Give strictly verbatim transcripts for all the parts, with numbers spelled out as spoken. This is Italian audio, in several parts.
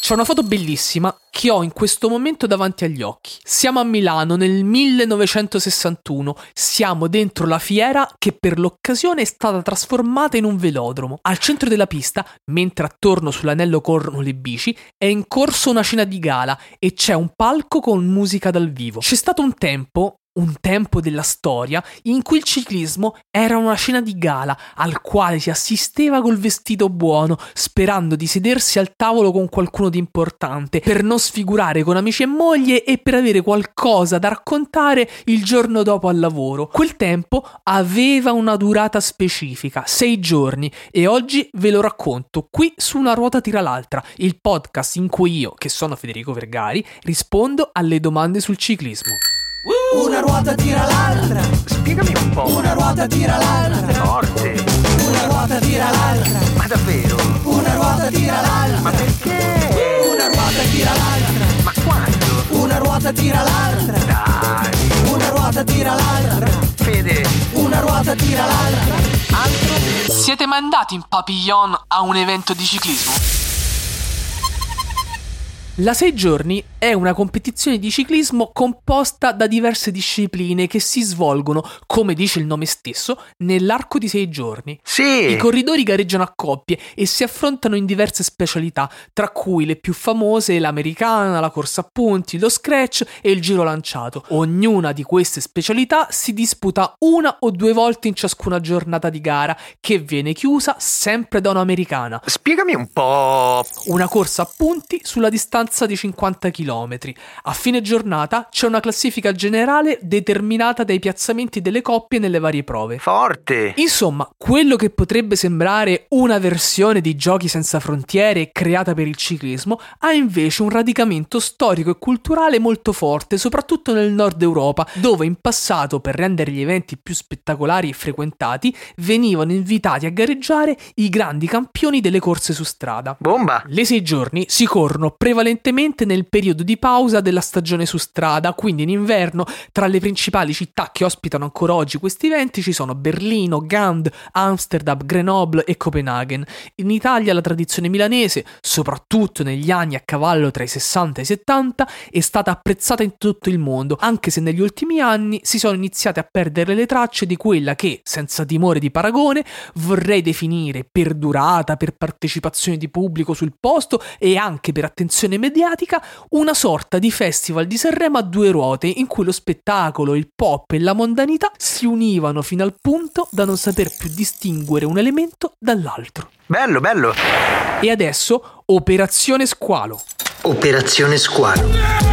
C'è una foto bellissima che ho in questo momento davanti agli occhi. Siamo a Milano nel millenovecentosessantuno, siamo dentro la fiera che per l'occasione è stata trasformata in un velodromo. Al centro della pista, mentre attorno sull'anello corrono le bici, è in corso una cena di gala e c'è un palco con musica dal vivo. C'è stato un tempo... Un tempo della storia in cui il ciclismo era una scena di gala al quale si assisteva col vestito buono, sperando di sedersi al tavolo con qualcuno di importante, per non sfigurare con amici e moglie e per avere qualcosa da raccontare il giorno dopo al lavoro. Quel tempo aveva una durata specifica, sei giorni, e oggi ve lo racconto qui su Una ruota tira l'altra, il podcast in cui io, che sono Federico Vergari, rispondo alle domande sul ciclismo. Una ruota tira l'altra. Spiegami un po'. Una ruota tira l'altra. Forte. Una ruota tira l'altra. Ma davvero? Una ruota tira l'altra. Ma perché? Una ruota tira l'altra. Ma quando? Una ruota tira l'altra. Dai. Una ruota tira l'altra. Fede. Una ruota tira l'altra. Altro? Siete mai andati in Papillon a un evento di ciclismo? La sei giorni è una competizione di ciclismo composta da diverse discipline che si svolgono, come dice il nome stesso, nell'arco di sei giorni. Sì. I corridori gareggiano a coppie e si affrontano in diverse specialità, tra cui le più famose l'americana, la corsa a punti, lo scratch e il giro lanciato. Ognuna di queste specialità si disputa una o due volte in ciascuna giornata di gara, che viene chiusa sempre da un'americana. Spiegami un po'. Una corsa a punti sulla distanza di cinquanta chilometri. A fine giornata c'è una classifica generale determinata dai piazzamenti delle coppie nelle varie prove. Forte. Insomma, quello che potrebbe sembrare una versione di Giochi senza frontiere creata per il ciclismo ha invece un radicamento storico e culturale molto forte, soprattutto nel nord Europa, dove in passato, per rendere gli eventi più spettacolari e frequentati, venivano invitati a gareggiare i grandi campioni delle corse su strada. Bomba. Le sei giorni si corrono prevalentemente nel periodo di pausa della stagione su strada, quindi in inverno. Tra le principali città che ospitano ancora oggi questi eventi ci sono Berlino, Gand, Amsterdam, Grenoble e Copenaghen. In Italia la tradizione milanese, soprattutto negli anni a cavallo tra i sessanta e i settanta, è stata apprezzata in tutto il mondo, anche se negli ultimi anni si sono iniziate a perdere le tracce di quella che, senza timore di paragone, vorrei definire per durata, per partecipazione di pubblico sul posto e anche per attenzione mediatica, una sorta di festival di Sanremo a due ruote in cui lo spettacolo, il pop e la mondanità si univano fino al punto da non saper più distinguere un elemento dall'altro. Bello, bello. E adesso Operazione Squalo. Operazione Squalo.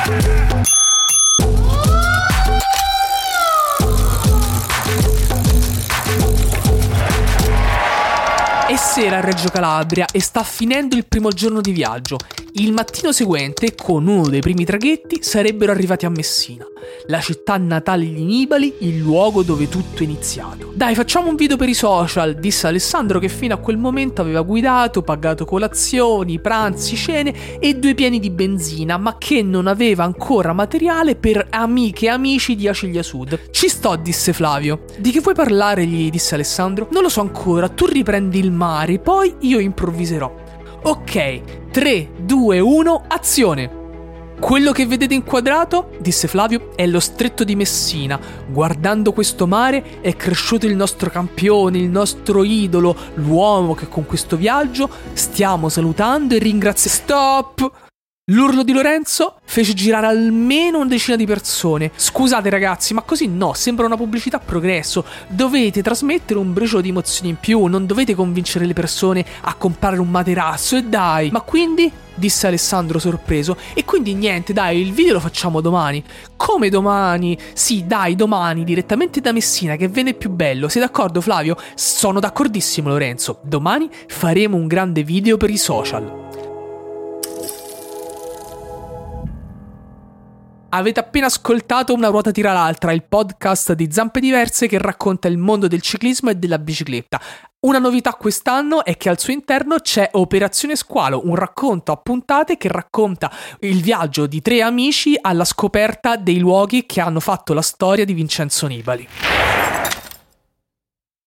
È sera a Reggio Calabria e sta finendo il primo giorno di viaggio. Il mattino seguente, con uno dei primi traghetti, sarebbero arrivati a Messina, la città natale di Nibali, il luogo dove tutto è iniziato. Dai, facciamo un video per i social, disse Alessandro, che fino a quel momento aveva guidato, pagato colazioni, pranzi, cene e due pieni di benzina, ma che non aveva ancora materiale per amiche e amici di Acilia Sud. Ci sto, disse Flavio. Di che vuoi parlare? Gli disse Alessandro. Non lo so ancora, tu riprendi il mare, poi io improvviserò. Ok, tre, due, uno, azione! Quello che vedete inquadrato, disse Flavio, è lo stretto di Messina. Guardando questo mare è cresciuto il nostro campione, il nostro idolo, l'uomo che con questo viaggio stiamo salutando e ringraziando. Stop! L'urlo di Lorenzo fece girare almeno una decina di persone. Scusate ragazzi, ma così no, sembra una pubblicità a progresso. Dovete trasmettere un briciolo di emozioni in più, non dovete convincere le persone a comprare un materasso, e dai. Ma quindi? Disse Alessandro sorpreso. E quindi niente, dai, il video lo facciamo domani. Come domani? Sì, dai, domani, direttamente da Messina, che viene più bello. Sei d'accordo, Flavio? Sono d'accordissimo, Lorenzo. Domani faremo un grande video per i social. Avete appena ascoltato Una ruota tira l'altra, il podcast di Zampe Diverse che racconta il mondo del ciclismo e della bicicletta. Una novità quest'anno è che al suo interno c'è Operazione Squalo, un racconto a puntate che racconta il viaggio di tre amici alla scoperta dei luoghi che hanno fatto la storia di Vincenzo Nibali.